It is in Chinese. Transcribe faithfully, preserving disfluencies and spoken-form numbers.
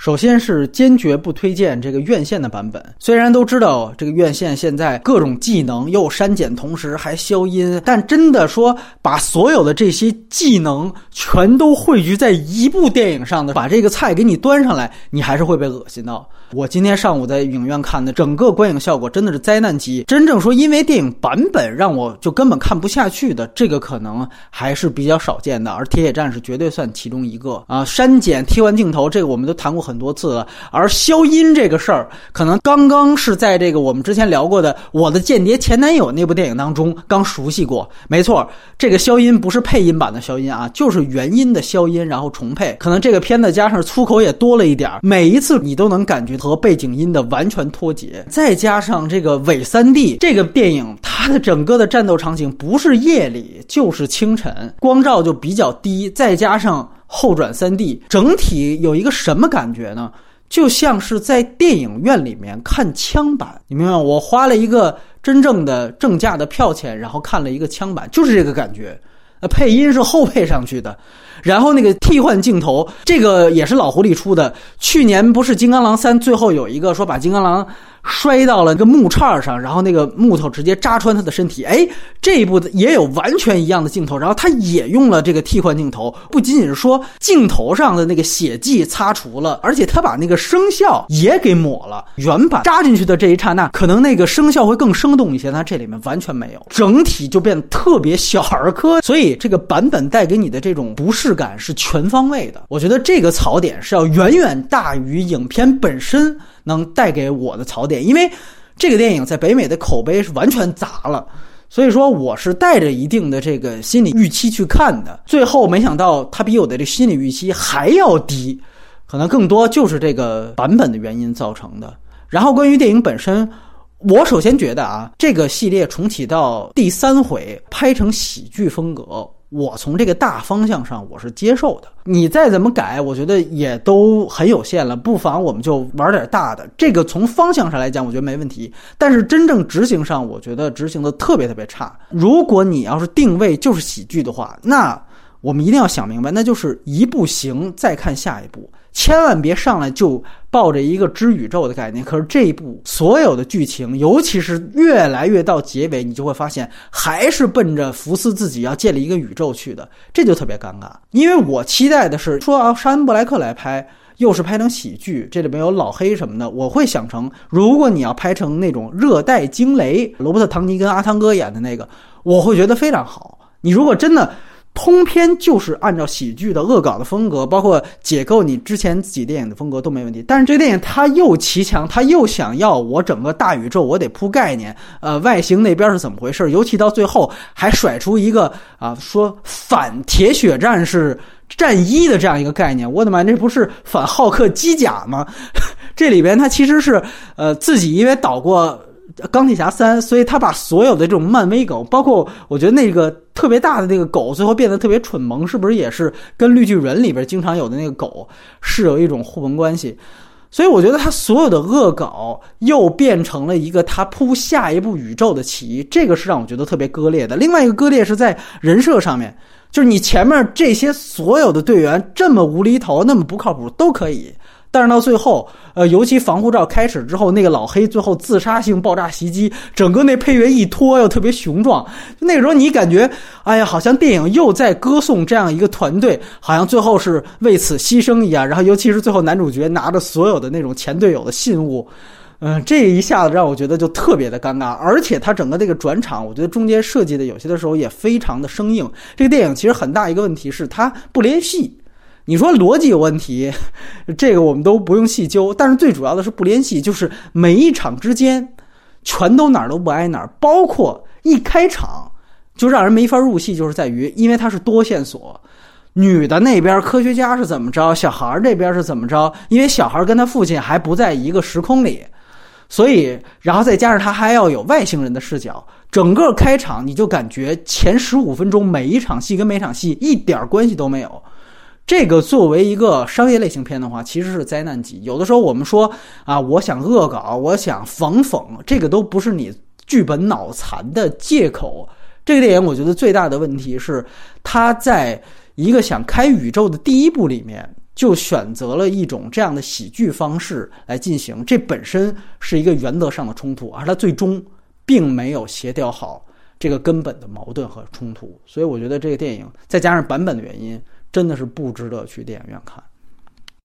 首先是坚决不推荐这个院线的版本。虽然都知道这个院线现在各种技能又删减，同时还消音，但真的说把所有的这些技能全都汇聚在一部电影上的，把这个菜给你端上来，你还是会被恶心到。我今天上午在影院看的，整个观影效果真的是灾难级。真正说因为电影版本让我就根本看不下去的，这个可能还是比较少见的，而铁血战士绝对算其中一个啊。删减替换镜头这个我们都谈过很多次了，而消音这个事儿可能刚刚是在这个我们之前聊过的《我的间谍前男友》那部电影当中刚熟悉过。没错，这个消音不是配音版的消音啊，就是原音的消音然后重配。可能这个片子加上粗口也多了一点，每一次你都能感觉和背景音的完全脱节，再加上这个伪 三 D， 这个电影它的整个的战斗场景不是夜里就是清晨，光照就比较低，再加上后转 三 D， 整体有一个什么感觉呢？就像是在电影院里面看枪版，你明白吗？我花了一个真正的正价的票钱，然后看了一个枪版，就是这个感觉。呃，配音是后配上去的，然后那个替换镜头，这个也是老狐狸出的。去年不是金刚狼三最后有一个说把金刚狼摔到了一个木叉上，然后那个木头直接扎穿他的身体。哎，这一部也有完全一样的镜头，然后他也用了这个替换镜头，不仅仅是说镜头上的那个血迹擦除了，而且他把那个声效也给抹了。原版扎进去的这一刹那，可能那个声效会更生动一些，但这里面完全没有，整体就变得特别小儿科。所以这个版本带给你的这种不适感是全方位的。我觉得这个槽点是要远远大于影片本身能带给我的槽点，因为这个电影在北美的口碑是完全砸了，所以说我是带着一定的这个心理预期去看的。最后没想到它比我的这心理预期还要低，可能更多就是这个版本的原因造成的。然后关于电影本身，我首先觉得啊，这个系列重启到第三回拍成喜剧风格，我从这个大方向上我是接受的。你再怎么改，我觉得也都很有限了，不妨我们就玩点大的。这个从方向上来讲我觉得没问题，但是真正执行上我觉得执行的特别特别差。如果你要是定位就是喜剧的话，那我们一定要想明白，那就是一步行再看下一步，千万别上来就抱着一个知宇宙的概念。可是这一部所有的剧情，尤其是越来越到结尾，你就会发现还是奔着福斯自己要建立一个宇宙去的，这就特别尴尬。因为我期待的是说啊，沙恩布莱克来拍，又是拍成喜剧，这里面有老黑什么的，我会想成如果你要拍成那种热带惊雷，罗伯特唐尼跟阿汤哥演的那个，我会觉得非常好。你如果真的通篇就是按照喜剧的恶搞的风格，包括解构你之前自己电影的风格都没问题。但是这个电影它又奇强，它又想要我整个大宇宙我得铺概念，呃，外形那边是怎么回事，尤其到最后还甩出一个啊说反铁血战士战衣的这样一个概念。我的妈，这不是反浩克机甲吗？这里边它其实是呃自己因为导过钢铁侠三，所以他把所有的这种漫威狗，包括我觉得那个特别大的那个狗最后变得特别蠢萌，是不是也是跟绿巨人里边经常有的那个狗是有一种互文关系。所以我觉得他所有的恶搞又变成了一个他铺下一部宇宙的棋，这个是让我觉得特别割裂的。另外一个割裂是在人设上面，就是你前面这些所有的队员这么无厘头那么不靠谱都可以，但是到最后呃，尤其防护罩开始之后，那个老黑最后自杀性爆炸袭击，整个那配乐一拖又特别雄壮，就那个时候你感觉哎呀，好像电影又在歌颂这样一个团队，好像最后是为此牺牲一样。然后尤其是最后男主角拿着所有的那种前队友的信物，嗯、呃，这一下子让我觉得就特别的尴尬。而且他整个这个转场，我觉得中间设计的有些的时候也非常的生硬。这个电影其实很大一个问题是它不连戏，你说逻辑有问题，这个我们都不用细究，但是最主要的是不联系，就是每一场之间全都哪儿都不挨哪儿，包括一开场就让人没法入戏，就是在于因为它是多线索，女的那边科学家是怎么着，小孩这边是怎么着，因为小孩跟他父亲还不在一个时空里，所以然后再加上他还要有外星人的视角，整个开场你就感觉前十五分钟每一场戏跟每场戏一点关系都没有。这个作为一个商业类型片的话，其实是灾难级。有的时候我们说啊，我想恶搞，我想仿讽，这个都不是你剧本脑残的借口。这个电影我觉得最大的问题是，它在一个想开宇宙的第一部里面， 就选择了一种这样的喜剧方式来进行，这本身是一个原则上的冲突，而它最终并没有协调好这个根本的矛盾和冲突。所以我觉得这个电影再加上版本的原因，真的是不值得去电影院看。